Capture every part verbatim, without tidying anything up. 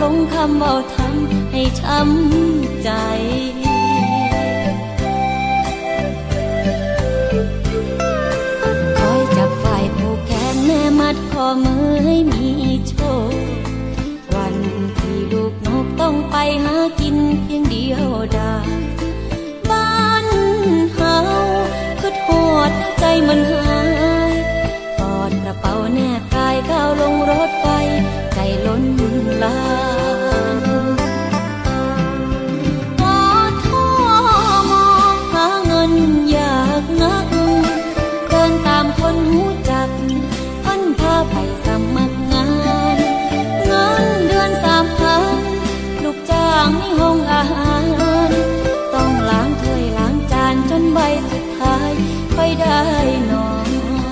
งคำเว้าทำให้ช้ำใจคอยจับฝ่ายผูกแขนแม่มัดข้อมือให้มีโชควันที่ลูกนกต้องไปหากินเพียงเดียวดายบ้านเฮาคือโหดใจมันหายกอดกระเป๋าแนบกายก้าวลงรถไฟใจล้นลานกอดท่อมองหาเงินอยากนักเดินตามคนหูจักพันพาไปสมัครงานเงินเดือนสามพันลูกจ้างในห้องอาหารต้องล้างถ้วยล้างจานจนใบสุดท้ายค่อยได้นอน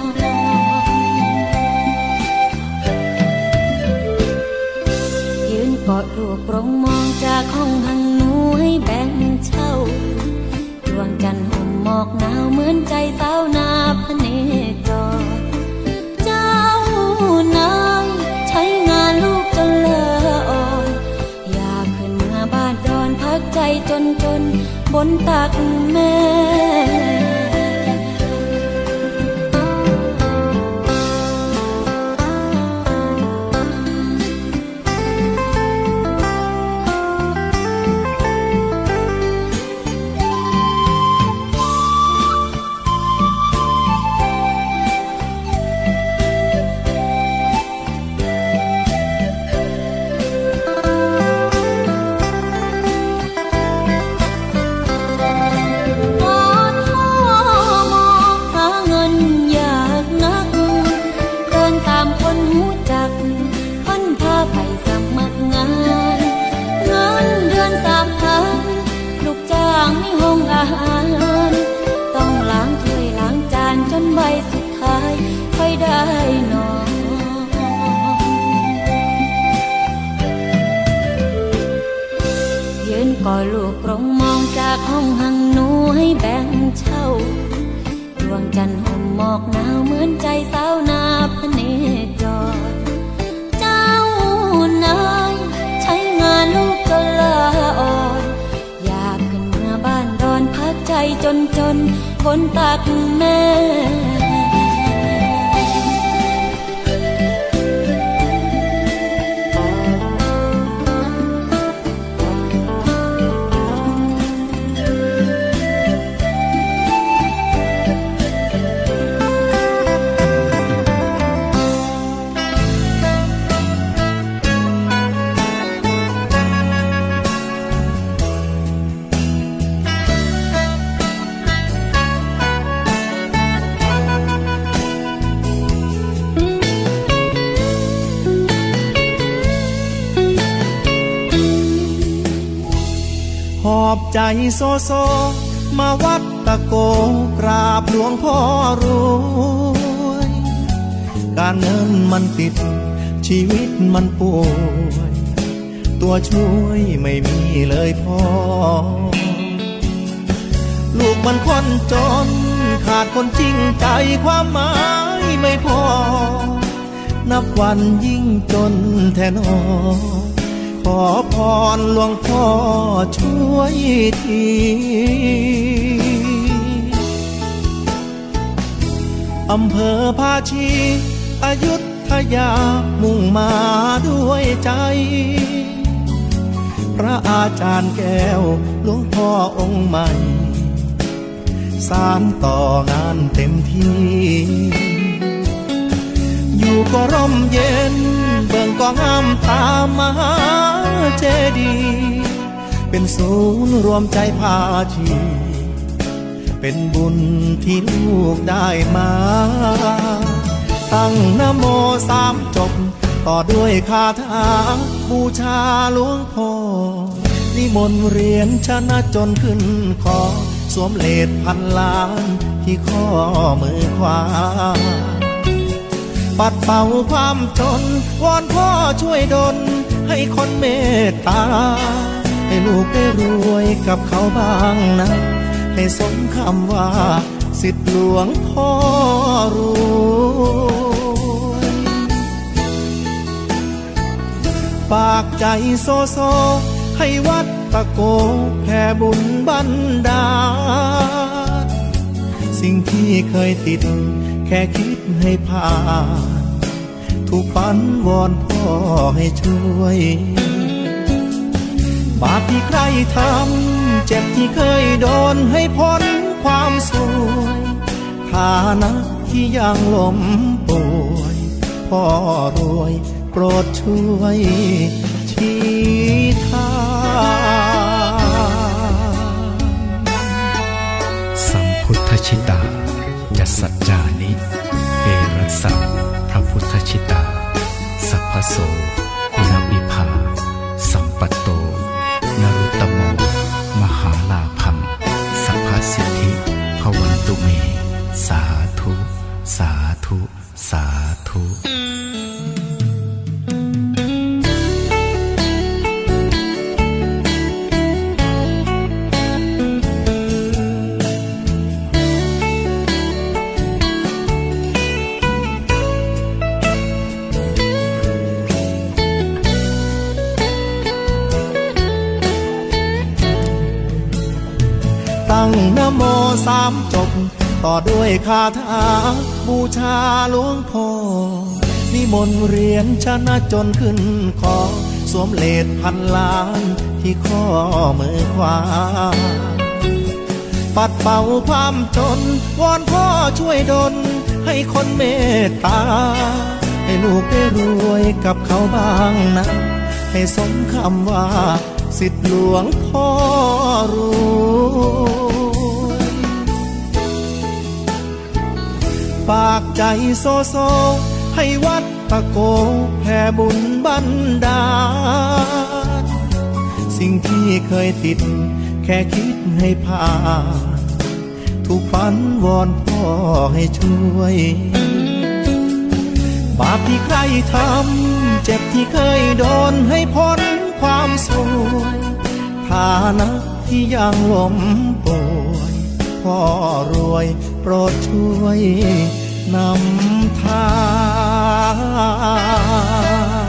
ยืนกอดลูกกรงมองจากห้องหังหนูให้แบ่งเช่าดวงจันทร์ห่มหมอกหนาวเหมือนใจสาวนาพเนจรเจ้านายใช้งานลูกจนเลอะอ่อนอยากขึ้นมาบ้านดอนพักใจจนจนบนตักแม่ต้องล้างถ้วยล้างจานจนใบสุดท้ายค่อยได้นอนยืนกอดลูกกรงมองจากห้องหังหนูให้แบ่งเช่าดวงจันทร์ห่มหมอกหนาวเหมือนใจสาวนาพเนจรเจ้านายใช้งานลูกจนลาอ่อนอยากขึ้นมาบ้านดอนพักใจจนจนบนตักแม่หอบใจโซโซมาวัดตะโกกราบหลวงพ่อรวยการเงินมันติดชีวิตมันป่วยตัวช่วยไม่มีเลยพ่อลูกมันคนจนขาดคนจริงใจความหมายไม่พอนับวันยิ่งจนแทนอขอพรหลวงพ่อช่วยทีอำเภอภาชีอยุธยามุ่งมาด้วยใจพระอาจารย์แก้วหลวงพ่อองค์ใหม่สานต่องานเต็มที่อยู่ก็ร่มเย็นเบิ่งก็งามตามมหาเจดีย์เป็นศูนย์รวมใจภาชีเป็นบุญที่ลูกได้มาตั้งนะโมสามจบต่อด้วยคาถาบูชาหลวงพ่อนิมนต์เรียนชนะจนขึ้นคอสวมเลสพันล้านที่ข้อมือขวาปัดเป่าความจนวอนพ่อช่วยดลให้คนเมตตาให้ลูกได้รวยกับเขาบ้างนะให้สมคำว่าศิษย์หลวงพ่อรวยฝฝากใจโซโซให้วัดตะโกแผ่บุญบันดาลสิ่งที่เคยติดแค่คิดให้ผ่านถูกฝันวอนพ่อให้ช่วยบาปที่ใครทำเจ็บที่เคยโดนให้พ้นความสวยฐานะที่ยังล้มป่วยพ่อรวยโปรดช่วยชี้ทางสัมพุทธชิตาจัสสัจจานิเอรัสสะพระพุทธชิตาสัพพโสคุณวิภาสัมปัตโตนรุตตโมมหาลาภังสัพพสิทธิภวันตุเมสาธุสาธุสาธุตั้งนะโมสามจบต่อด้วยคาถาบูชาหลวงพ่อนิมนต์เรียนชนะจนขึ้นคอสวมเลดพันล้านที่ข้อมือขวาปัดเป่าความจนวอนพ่อช่วยดลให้คนเมตตาให้ลูกได้รวยกับเขาบ้างนะให้สมคำว่าสิทธิหลวงพ่อรวยฝากใจโซโซให้วัดตะโกแผ่บุญบันดาลสิ่งที่เคยติดแค่คิดให้ผ่านถูกฝันวอนพ่อให้ช่วยบาปที่ใครทำเจ็บที่เคยโดนให้พ้นความสวยฐานะที่ยังล้มป่วยพ่อรวยโปรดช่วยนำทาง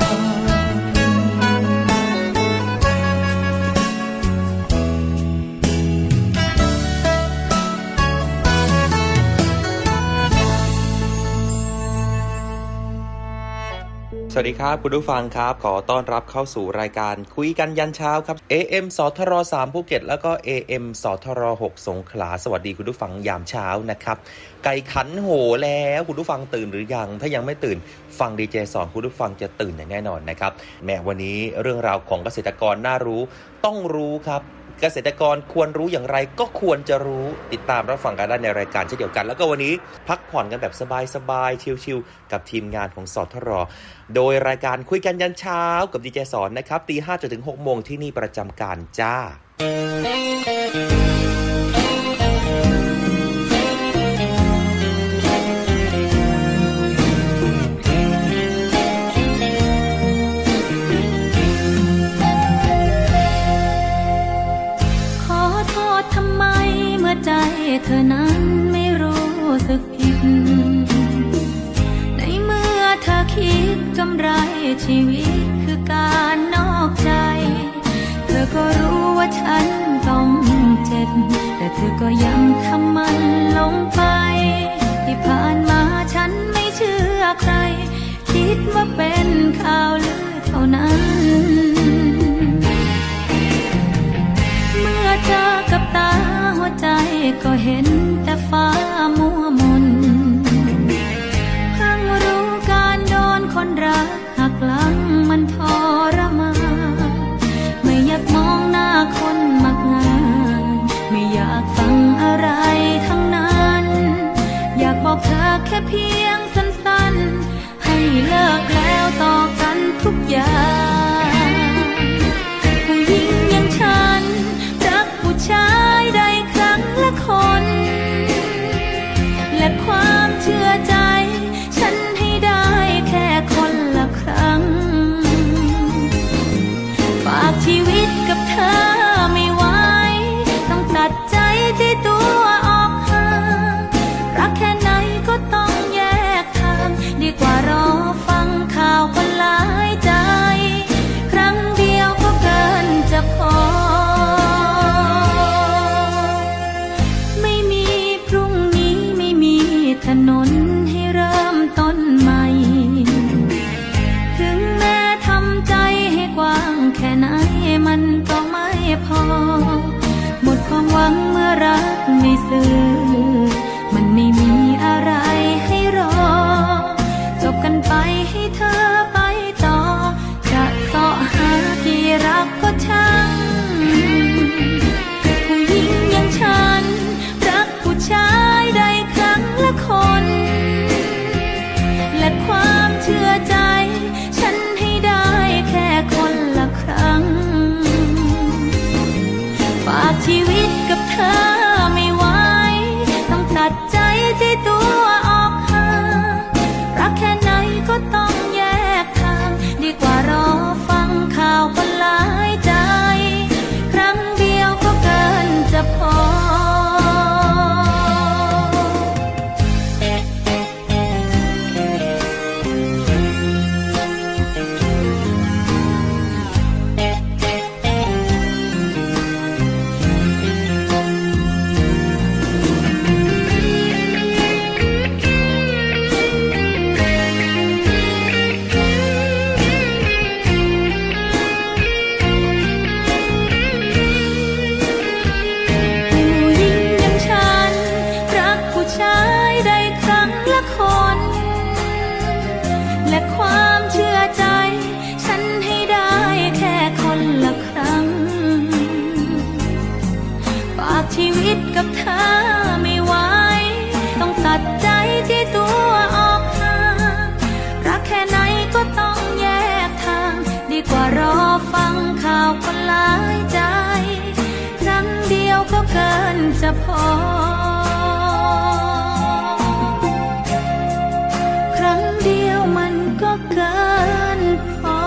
สวัสดีครับคุณผู้ฟังครับขอต้อนรับเข้าสู่รายการคุยกันยันเช้าครับ เอ เอ็ม สทรสามภูเก็ตแล้วก็ เอ เอ็ม สทรหกสงขลาสวัสดีคุณผู้ฟังยามเช้านะครับไก่ขันโหแล้วคุณผู้ฟังตื่นหรือยังถ้ายังไม่ตื่นฟังดีเจสอนคุณผู้ฟังจะตื่นอย่างแน่นอนนะครับแม้วันนี้เรื่องราวของเกษตรกรน่ารู้ต้องรู้ครับเกษตรกรควรรู้อย่างไรก็ควรจะรู้ติดตามรับฟังกันได้ในรายการเช่นเดียวกันแล้วก็วันนี้พักผ่อนกันแบบสบายๆชิลๆกับทีมงานของสทรโดยรายการคุยกันยันเช้ากับดีเจสอนนะครับตีห้าจนถึงหกโมงที่นี่ประจำการจ้าใจเธอนั้นไม่รู้สึกผิดในเมื่อเธอคิดกำไรชีวิตคือการนอกใจเธอก็รู้ว่าฉันต้องเจ็บแต่เธอก็ยังทำมันลงไปที่ผ่านมาฉันไม่เชื่อใครคิดว่าเป็นข่าวลือเท่านั้นเมื่อเจอกับตาหัวใจก็เห็นแต่ฟ้ามัวมนเพิ่งรู้การโดนคนรักหักหลังมันทรมานไม่อยากมองหน้าคนมากงานไม่อยากฟังอะไรทั้งนั้นอยากบอกเธอแค่เพียงสั้นๆให้เลิกแล้วต่อกันทุกอย่างผู้หญิงอย่างฉันรักผู้ชายได้ครั้งละคนและความเชื่อใจฉันให้ได้แค่คนละครั้งฝากชีวิตกับเธอไม่ไหวต้องตัดใจที่ตัวออกห่างรักแค่ไหนก็ต้องแยเกินจะพอครั้งเดียวมันก็เกินพอ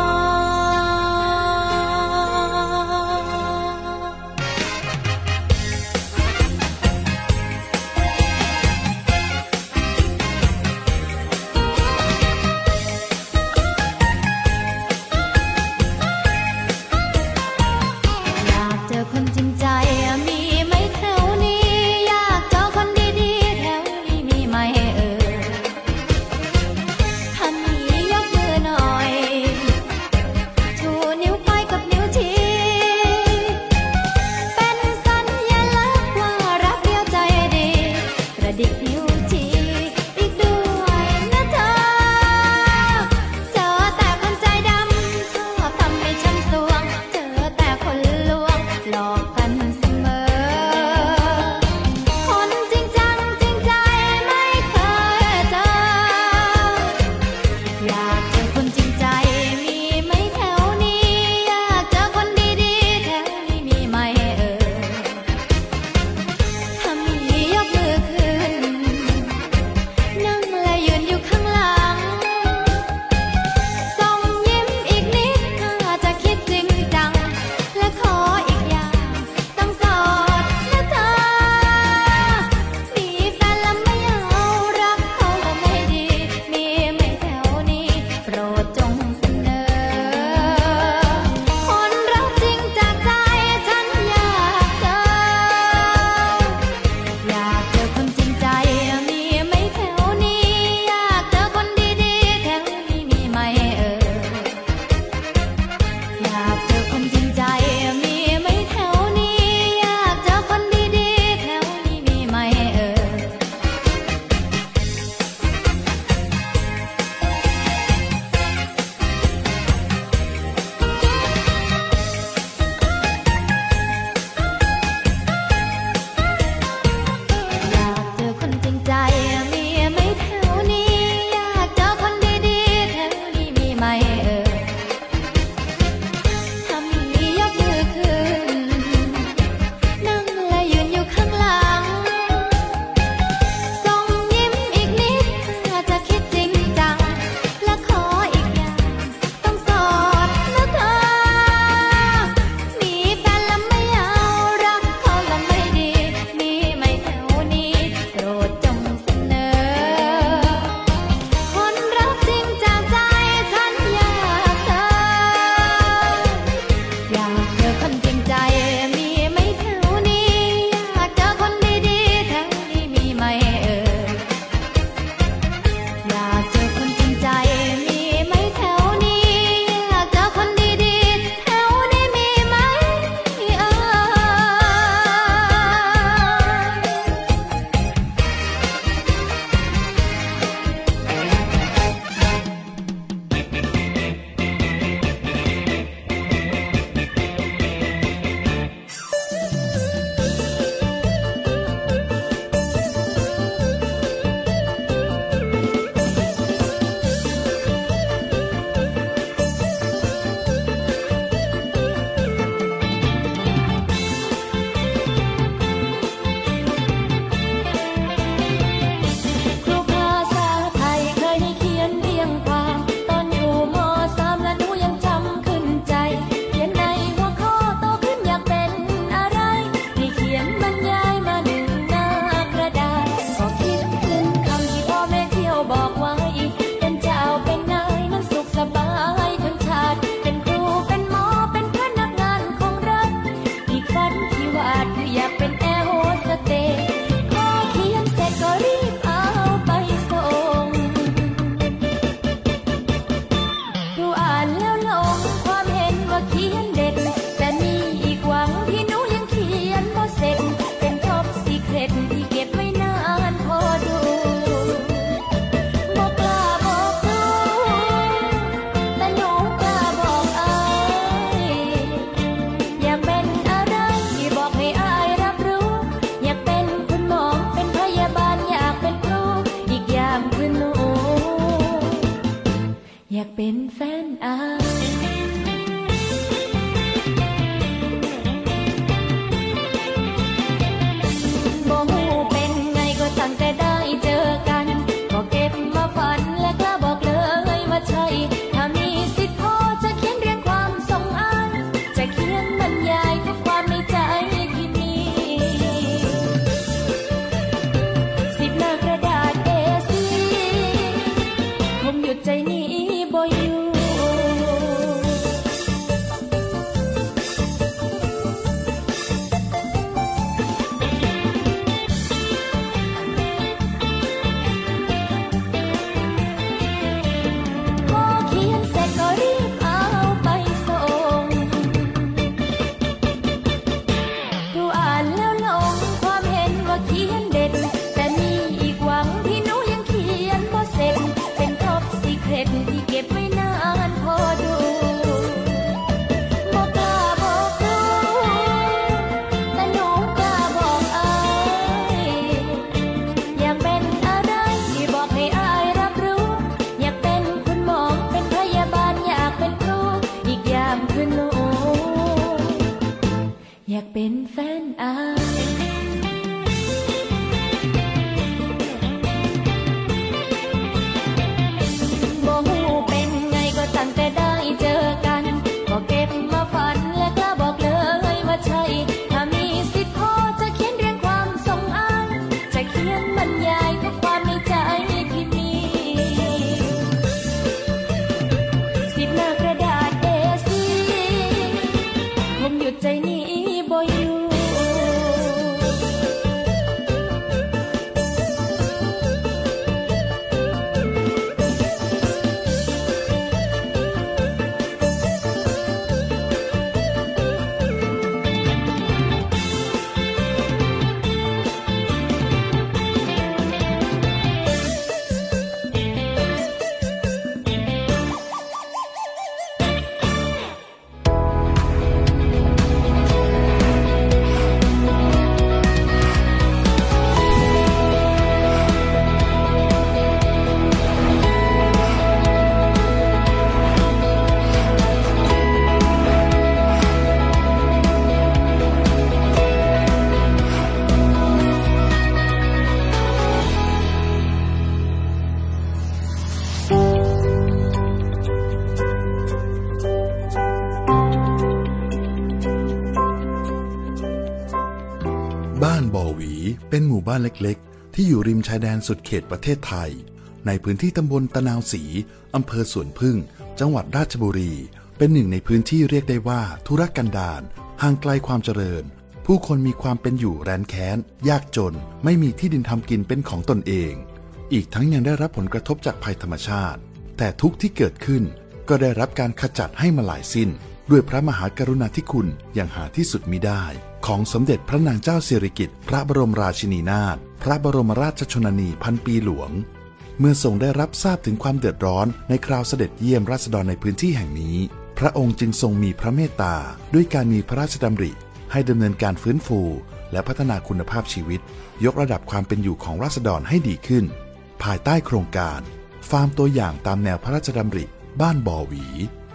มู่บ้านเล็กๆที่อยู่ริมชายแดนสุดเขตประเทศไทยในพื้นที่ตำบลตะนาวศรีอำเภอสวนพึ่งจังหวัดราชบุรีเป็นหนึ่งในพื้นที่เรียกได้ว่าทุรกันดารห่างไกลความเจริญผู้คนมีความเป็นอยู่แร้นแค้นยากจนไม่มีที่ดินทำกินเป็นของตนเองอีกทั้งยังได้รับผลกระทบจากภัยธรรมชาติแต่ทุกที่เกิดขึ้นก็ได้รับการขจัดให้มาหลายสิ้นด้วยพระมหากรุณาธิคุณอย่างหาที่สุดมิได้ของสมเด็จพระนางเจ้าสิริกิติ์พระบรมราชินีนาถพระบรมราชชนนีพันปีหลวงเมื่อทรงได้รับทราบถึงความเดือดร้อนในคราวเสด็จเยี่ยมราษฎรในพื้นที่แห่งนี้พระองค์จึงทรงมีพระเมตตาด้วยการมีพระราชดำริให้ดำเนินการฟื้นฟูและพัฒนาคุณภาพชีวิตยกระดับความเป็นอยู่ของราษฎรให้ดีขึ้นภายใต้โครงการฟาร์มตัวอย่างตามแนวพระราชดำริบ้านบ่อหวี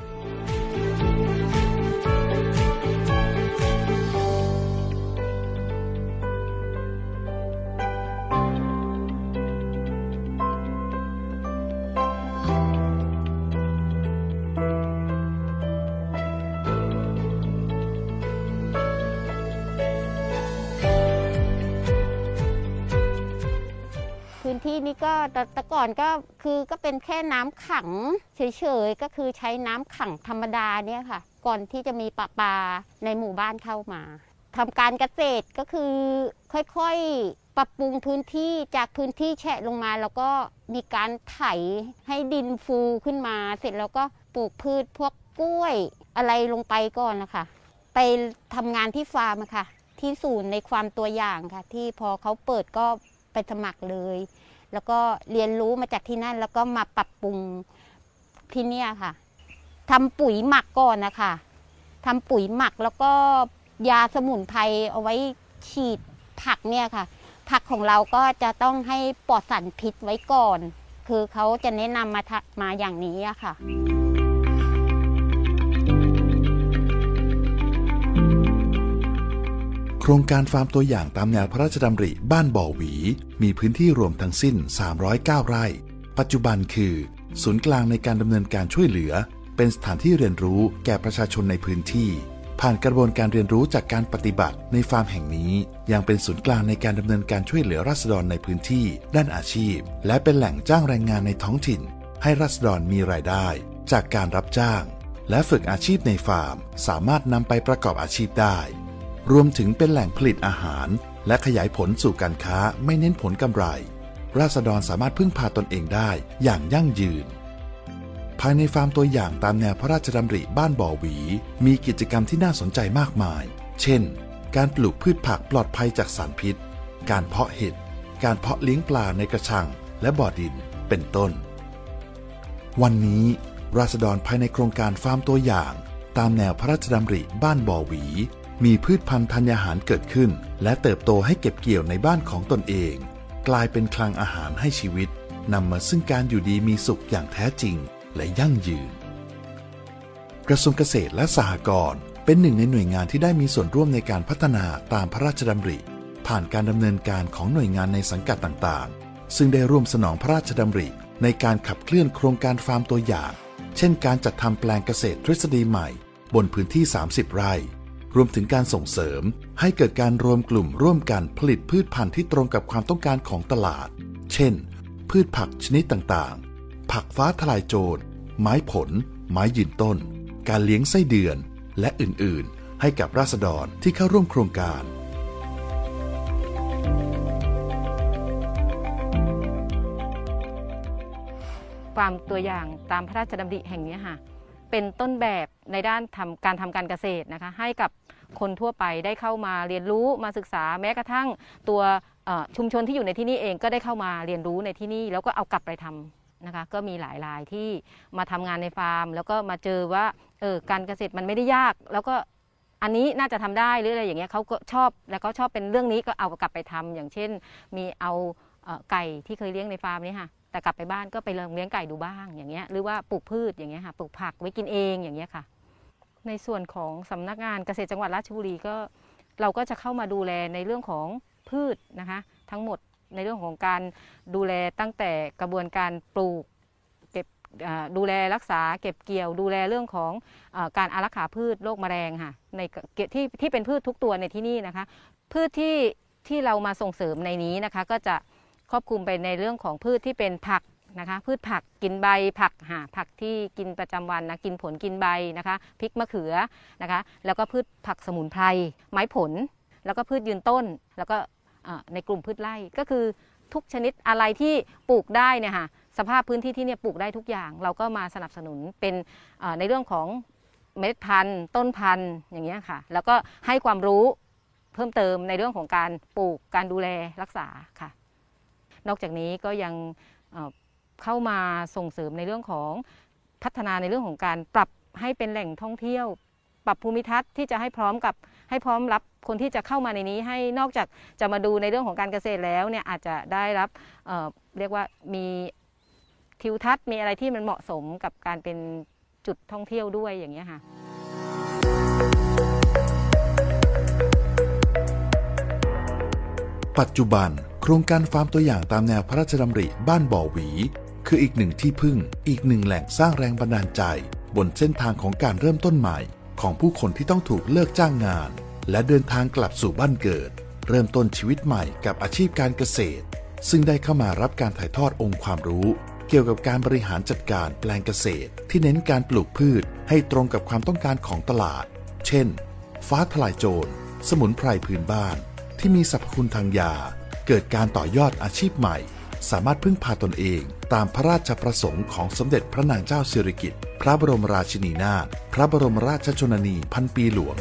พื้นที่นี้ก็แต่ก่อนก็คือก็เป็นแค่น้ำขังเฉยๆก็คือใช้น้ำขังธรรมดาเนี่ยค่ะก่อนที่จะมีประปาในหมู่บ้านเข้ามาทำการเกษตรก็คือค่อยๆปรับปรุงพื้นที่จากพื้นที่แฉะลงมาแล้วก็มีการไถให้ดินฟูขึ้นมาเสร็จแล้วก็ปลูกพืชพวกกล้วยอะไรลงไปก่อนนะคะไปทำงานที่ฟาร์มค่ะที่ศูนย์ในความตัวอย่างค่ะที่พอเขาเปิดก็ไปสมัครเลยแล้วก็เรียนรู้มาจากที่นั่นแล้วก็มาปรับปรุงที่นี่ค่ะทำปุ๋ยหมักก่อนนะคะทำปุ๋ยหมักแล้วก็ยาสมุนไพรเอาไว้ฉีดผักเนี่ยค่ะผักของเราก็จะต้องให้ปลอดสารพิษไว้ก่อนคือเขาจะแนะนำมามาอย่างนี้ค่ะโครงการฟาร์มตัวอย่างตามแนวพระราชดำริบ้านบ่อหวีมีพื้นที่รวมทั้งสิ้นสามร้อยเก้าไร่ปัจจุบันคือศูนย์กลางในการดำเนินการช่วยเหลือเป็นสถานที่เรียนรู้แก่ประชาชนในพื้นที่ผ่านกระบวนการเรียนรู้จากการปฏิบัติในฟาร์มแห่งนี้ยังเป็นศูนย์กลางในการดำเนินการช่วยเหลือราษฎรในพื้นที่ด้านอาชีพและเป็นแหล่งจ้างแรงงานในท้องถิ่นให้ราษฎรมีรายได้จากการรับจ้างและฝึกอาชีพในฟาร์มสามารถนำไปประกอบอาชีพได้รวมถึงเป็นแหล่งผลิตอาหารและขยายผลสู่การค้าไม่เน้นผลกำไรราษฎรสามารถพึ่งพาตนเองได้อย่างยั่งยืนภายในฟาร์มตัวอย่างตามแนวพระราชดำริบ้านบ่อหวีมีกิจกรรมที่น่าสนใจมากมายเช่นการปลูกพืชผักปลอดภัยจากสารพิษการเพาะเห็ดการเพาะเลี้ยงปลาในกระชังและบ่อดินเป็นต้นวันนี้ราษฎรภายในโครงการฟาร์มตัวอย่างตามแนวพระราชดำริบ้านบ่อหวีมีพืชพันธุ์ธัญญาหารเกิดขึ้นและเติบโตให้เก็บเกี่ยวในบ้านของตนเองกลายเป็นคลังอาหารให้ชีวิตนำมาซึ่งการอยู่ดีมีสุขอย่างแท้จริงและยั่งยืนกระทรวงเกษตรและสหกรณ์เป็นหนึ่งในหน่วยงานที่ได้มีส่วนร่วมในการพัฒนาตามพระราชดำริผ่านการดำเนินการของหน่วยงานในสังกัดต่างๆซึ่งได้ร่วมสนองพระราชดำริในการขับเคลื่อนโครงการฟาร์มตัวอย่างเช่นการจัดทำแปลงเกษตรทฤษฎีใหม่บนพื้นที่สามสิบไร่รวมถึงการส่งเสริมให้เกิดการรวมกลุ่มร่วมกันผลิตพืชพันธุ์ที่ตรงกับความต้องการของตลาดเช่นพืชผักชนิดต่างๆผักฟ้าทลายโจรไม้ผลไม้ยืนต้นการเลี้ยงไส้เดือนและอื่นๆให้กับราษฎรที่เข้าร่วมโครงการฟาร์มตัวอย่างตามพระราชดำริแห่งนี้ค่ะเป็นต้นแบบในด้านทำการทำการเกษตรนะคะให้กับคนทั่วไปได้เข้ามาเรียนรู้มาศึกษาแม้กระทั่งตัวชุมชนที่อยู่ในที่นี่เองก็ได้เข้ามาเรียนรู้ในที่นี่แล้วก็เอากลับไปทำนะคะก็มีหลายรายที่มาทำงานในฟาร์มแล้วก็มาเจอว่าเออการเกษตรมันไม่ได้ยากแล้วก็อันนี้น่าจะทำได้หรืออะไรอย่างเงี้ยเขาก็ชอบแล้วก็ชอบเป็นเรื่องนี้ก็เอากลับไปทำอย่างเช่นมีเอาไก่ที่เคยเลี้ยงในฟาร์มนี้ค่ะแต่กลับไปบ้านก็ไปลองเลี้ยงไก่ดูบ้างอย่างเงี้ยหรือว่าปลูกพืชอย่างเงี้ยค่ะปลูกผักไว้กินเองอย่างเงี้ยค่ะในส่วนของสำนักงานเกษตรจังหวัดราชบุรีก็เราก็จะเข้ามาดูแลในเรื่องของพืชนะคะทั้งหมดในเรื่องของการดูแลตั้งแต่กระบวนการปลูกเก็บดูแลรักษาเก็บเกี่ยวดูแลเรื่องของการอารักขาพืชโรคแมลงค่ะในที่ที่เป็นพืชทุกตัวในที่นี่นะคะพืชที่ที่เรามาส่งเสริมในนี้นะคะก็จะครอบคลุมไปในเรื่องของพืชที่เป็นผักนะคะพืชผักกินใบผักหาผักที่กินประจำวันนะกินผลกินใบนะคะพริกมะเขือนะคะแล้วก็พืชผักสมุนไพรไม้ผลแล้วก็พืชยืนต้นแล้วก็ในกลุ่มพืชไร่ก็คือทุกชนิดอะไรที่ปลูกได้เนี่ยค่ะสภาพพื้นที่ที่เนี่ยปลูกได้ทุกอย่างเราก็มาสนับสนุนเป็นในเรื่องของเมล็ดพันธุ์ต้นพันธุ์อย่างเงี้ยค่ะแล้วก็ให้ความรู้เพิ่มเติมในเรื่องของการปลูกการดูแลรักษาค่ะนอกจากนี้ก็ยังเข้ามาส่งเสริมในเรื่องของพัฒนาในเรื่องของการปรับให้เป็นแหล่งท่องเที่ยวปรับภูมิทัศน์ที่จะให้พร้อมกับให้พร้อมรับคนที่จะเข้ามาในนี้ให้นอกจากจะมาดูในเรื่องของการเกษตรแล้วเนี่ยอาจจะได้รับ เอ่อ เรียกว่ามีทิวทัศน์มีอะไรที่มันเหมาะสมกับการเป็นจุดท่องเที่ยวด้วยอย่างเงี้ยค่ะปัจจุบันโครงการฟาร์มตัวอย่างตามแนวพระราชดำริบ้านบ่อหวีคืออีกหนึ่งที่พึ่งอีกหนึ่งแหล่งสร้างแรงบันดาลใจบนเส้นทางของการเริ่มต้นใหม่ของผู้คนที่ต้องถูกเลิกจ้างงานและเดินทางกลับสู่บ้านเกิดเริ่มต้นชีวิตใหม่กับอาชีพการเกษตรซึ่งได้เข้ามารับการถ่ายทอดองค์ความรู้เกี่ยวกับการบริหารจัดการแปลงเกษตรที่เน้นการปลูกพืชให้ตรงกับความต้องการของตลาดเช่นฟ้าทลายโจรสมุนไพรพื้นบ้านที่มีสรรพคุณทางยาเกิดการต่อยอดอาชีพใหม่สามารถพึ่งพาตนเองตามพระราชประสงค์ของสมเด็จพระนางเจ้าสิริกิติ์พระบรมราชินีนาถพระบรมราชชนนีพันปีหลวง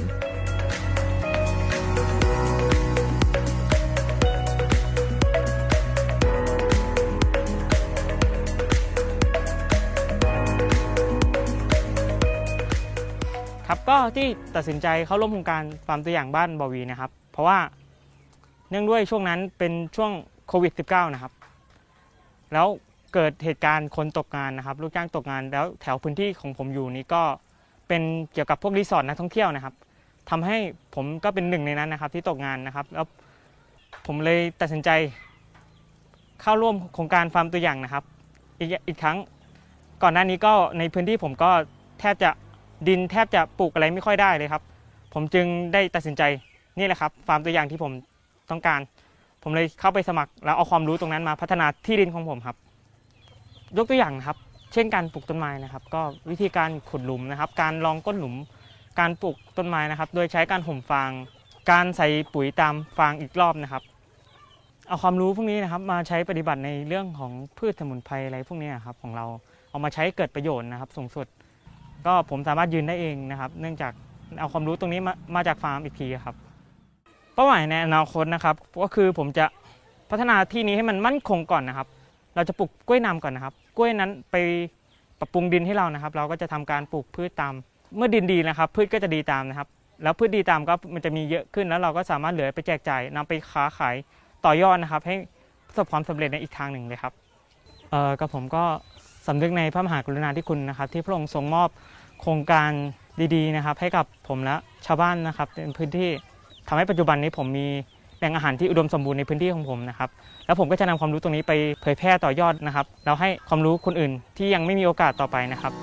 ครับก็ที่ตัดสินใจเข้าร่วมโครงการฟาร์มตัวอย่างบ้านบ่อหวีนะครับเพราะว่าเนื่องด้วยช่วงนั้นเป็นช่วงโควิด สิบเก้า นะครับแล้วเกิดเหตุการณ์คนตกงานนะครับลูกจ้างตกงานแล้วแถวพื้นที่ของผมอยู่นี้ก็เป็นเกี่ยวกับพวกรีสอร์ทนักท่องเที่ยวนะครับทำให้ผมก็เป็นหนึ่งในนั้นนะครับที่ตกงานนะครับแล้วผมเลยตัดสินใจเข้าร่วมโครงการฟาร์มตัวอย่างนะครับอีกอีกครั้งก่อนหน้านี้ก็ในพื้นที่ผมก็แทบจะดินแทบจะปลูกอะไรไม่ค่อยได้เลยครับผมจึงได้ตัดสินใจนี่แหละครับฟาร์มตัวอย่างที่ผมต้องการผมเลยเข้าไปสมัครแล้วเอาความรู้ตรงนั้นมาพัฒนาที่ดินของผมครับยกตัวอย่างนะครับเช่นการปลูกต้นไม้นะครับก็วิธีการขุดหลุมนะครับการรองก้นหลุมการปลูกต้นไม้นะครับโดยใช้การห่มฟางการใส่ปุ๋ยตามฟางอีกรอบนะครับเอาความรู้พวกนี้นะครับมาใช้ปฏิบัติในเรื่องของพืชสมุนไพรอะไรพวกนี้ครับของเราเอามาใช้เกิดประโยชน์นะครับสูงสุดก็ผมสามารถยืนได้เองนะครับเนื่องจากเอาความรู้ตรงนี้มามาจากฟาร์มอีกทีครับเป้าหมายในอนาคตนะครับก็คือผมจะพัฒนาที่นี้ให้มันมั่นคงก่อนนะครับเราจะปลูกกล้วยน้ำก่อนนะครับกล้วยนั้นไปปรับปรุงดินให้เรานะครับเราก็จะทำการปลูกพืชตามเมื่อดินดีนะครับพืชก็จะดีตามนะครับแล้วพืชดีตามก็มันจะมีเยอะขึ้นแล้วเราก็สามารถเหลือไปแจกจ่ายนำไปค้าขายต่อยอดนะครับให้ประสบความสำเร็จในอีกทางหนึ่งเลยครับเอ่อกับผมก็สำนึกในพระมหากรุณาธิคุณนะครับที่พระองค์ทรงมอบโครงการดีๆนะครับให้กับผมและชาวบ้านนะครับในพื้นที่ทำให้ปัจจุบันนี้ผมมีแหล่งอาหารที่อุดมสมบูรณ์ในพื้นที่ของผมนะครับแล้วผมก็จะนำความรู้ตรงนี้ไปเผยแพร่ต่อยอดนะครับแล้วให้ความรู้คนอื่นที่ยังไม่มีโอกาสต่อไปนะครับ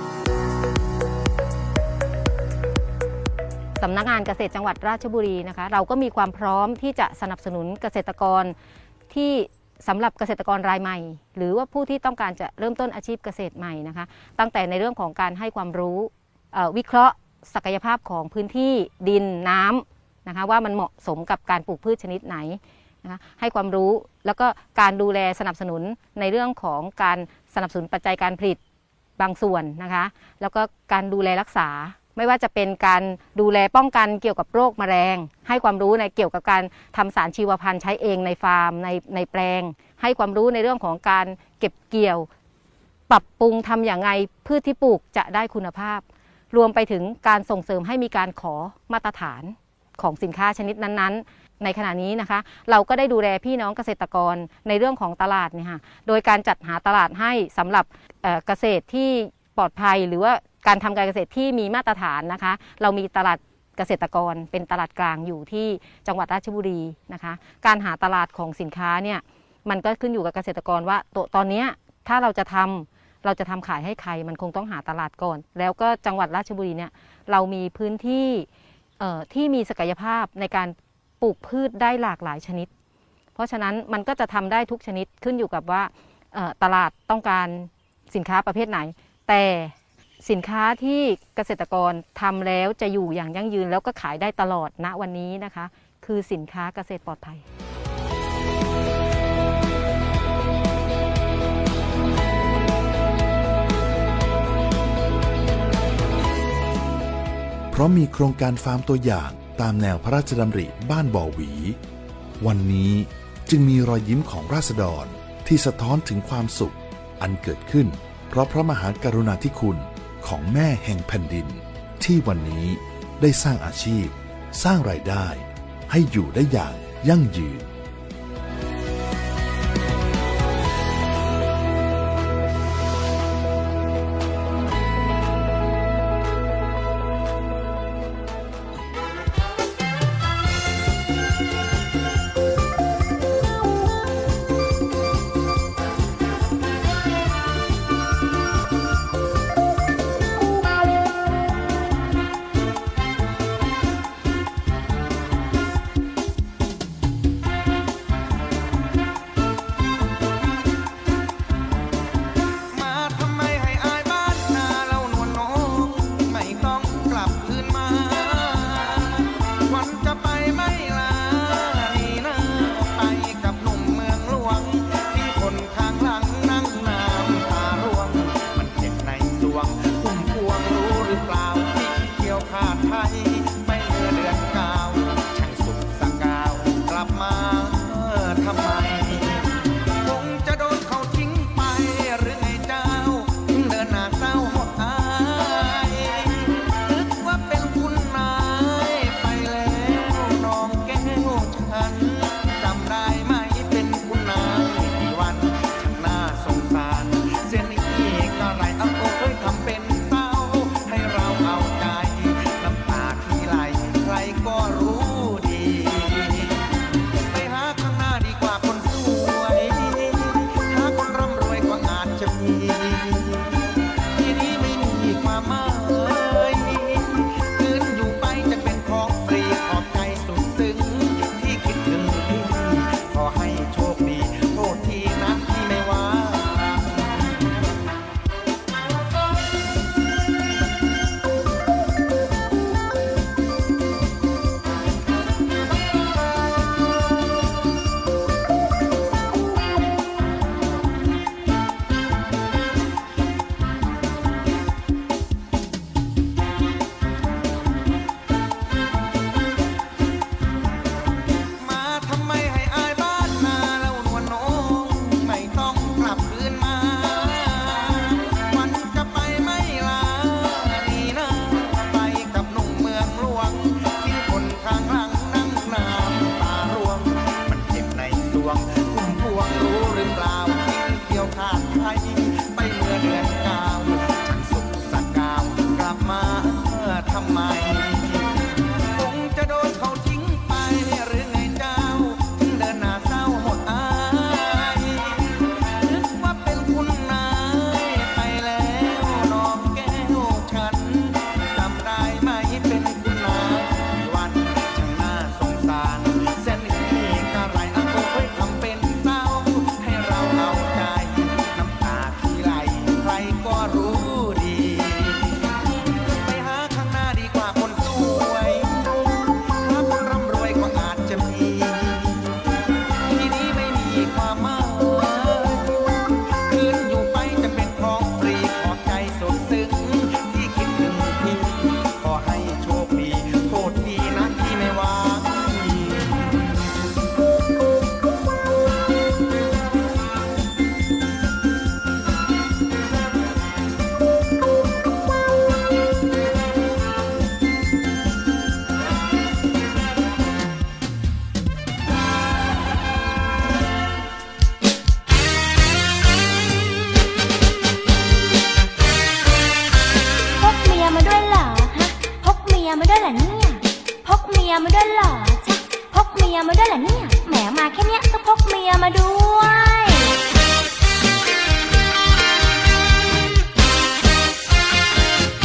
สำนักงานเกษตรจังหวัดราชบุรีนะคะเราก็มีความพร้อมที่จะสนับสนุนเกษตรกรที่สำหรับเกษตรกรรายใหม่หรือว่าผู้ที่ต้องการจะเริ่มต้นอาชีพเกษตรใหม่นะคะตั้งแต่ในเรื่องของการให้ความรู้วิเคราะห์ศักยภาพของพื้นที่ดินน้ำนะคะว่ามันเหมาะสมกับการปลูกพืชชนิดไหนนะคะให้ความรู้แล้วก็การดูแลสนับสนุนในเรื่องของการสนับสนุนปัจจัยการผลิตบางส่วนนะคะแล้วก็การดูแลรักษาไม่ว่าจะเป็นการดูแลป้องกันเกี่ยวกับโรคแมลงให้ความรู้ในเกี่ยวกับการทำสารชีวพันธุ์ใช้เองในฟาร์มในในแปลงให้ความรู้ในเรื่องของการเก็บเกี่ยวปรับปรุงทำอย่างไรพืชที่ปลูกจะได้คุณภาพรวมไปถึงการส่งเสริมให้มีการขอมาตรฐานของสินค้าชนิดนั้นๆในขณะนี้นะคะเราก็ได้ดูแลพี่น้องเกษตรกรในเรื่องของตลาดเนี่ยค่ะโดยการจัดหาตลาดให้สำหรับเกษตรที่ปลอดภัยหรือว่าการทำการเกษตรที่มีมาตรฐานนะคะเรามีตลาดเกษตรกรเป็นตลาดกลางอยู่ที่จังหวัดราชบุรีนะคะการหาตลาดของสินค้าเนี่ยมันก็ขึ้นอยู่กับเกษตรกรว่าตอนนี้ถ้าเราจะทำเราจะทำขายให้ใครมันคงต้องหาตลาดก่อนแล้วก็จังหวัดราชบุรีเนี่ยเรามีพื้นที่ที่มีศักยภาพในการปลูกพืชได้หลากหลายชนิดเพราะฉะนั้นมันก็จะทำได้ทุกชนิดขึ้นอยู่กับว่าตลาดต้องการสินค้าประเภทไหนแต่สินค้าที่เกษตรกรทำแล้วจะอยู่อย่างยั่งยืนแล้วก็ขายได้ตลอดณวันนี้นะคะคือสินค้าเกษตรปลอดภัยเพราะมีโครงการฟาร์มตัวอย่างตามแนวพระราชดำริบ้านบ่อหวีวันนี้จึงมีรอยยิ้มของราษฎรที่สะท้อนถึงความสุขอันเกิดขึ้นเพราะพระมหากรุณาธิคุณของแม่แห่งแผ่นดินที่วันนี้ได้สร้างอาชีพสร้างรายได้ให้อยู่ได้อย่างยั่งยืน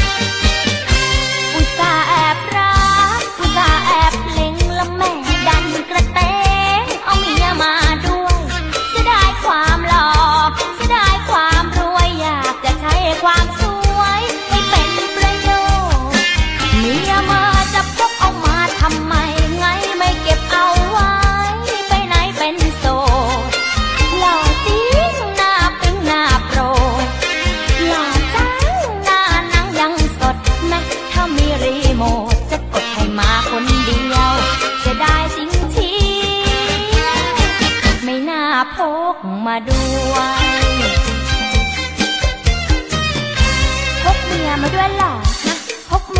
อุตส่าห์แอบรักอุตส่าห์แอบเล็งแล้วแม่ดัน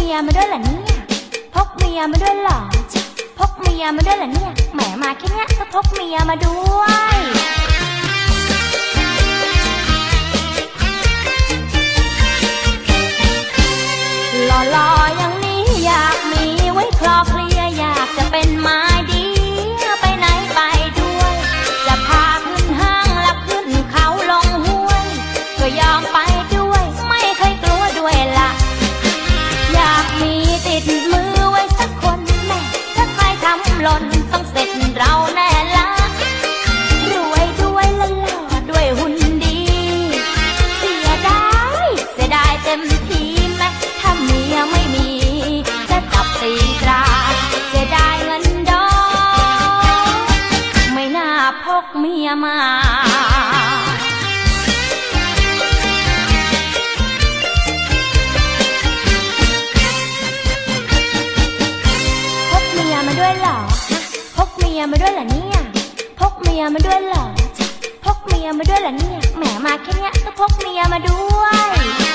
มียมาด้วยเหรอเนี่ยพกเมียมาด้วยเหรอพกเมียมาด้วยเหรอเนี่ยแหมมาแค่เนี้ยก็พกเมียมาด้วยหล่อๆอย่างนี้อยากมีไว้คลอเคลียอยากจะเป็นไม้ดีไปไหนไปด้วยจะพาขึ้นห้างและขึ้นเขาลงห้วยก็ยอมไปด้วยไม่เคยกลัวด้วยล่ะอยากมีติดมือไว้สักคนแม่ถ้าใครทำหล่นต้องเสร็จเราแน่ละรวยด้วยละล่อด้วยหุ่นดีเสียดายเสียดายเต็มทีแม่ถ้าเมียไม่มีจะจับตีตราเสียดายเงินดอกไม่น่าพกเมียมาพกเมียมาด้วยเหรอพกเมียมาด้วยเหรอเนี่ยพกเมียมาด้วยเหรอพกเมียมาด้วยเหรอเนี่ยแหมมาแค่เนี้ยก็พกเมียมาด้วย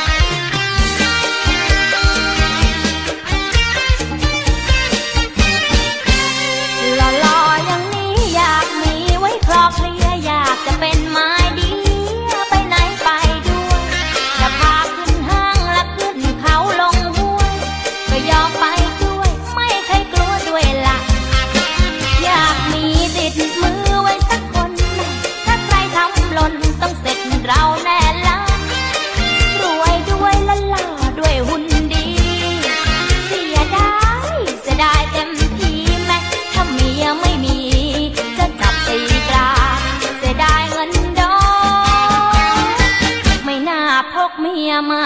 หล่อๆอย่างนี้อยากมีไว้คลอเคลียอยากจะเป็นไม้ดีไปไหนไปด้วยจะพาขึ้นห้างและขึ้นเขาลงห้วยก็ยอมไปด้วยไม่เคยกลัวด้วยล่ะอยากมีติดมือไว้สักคนถ้าใครทำหล่นต้องเสร็จเราแน่ละรวยด้วยละล่อด้วยหุ่นดีเสียดายเสียดายเต็มทีแม่ถ้าเมียไม่มีจะจับตีตราเสียดายเงินดอกไม่น่าพกเมียมา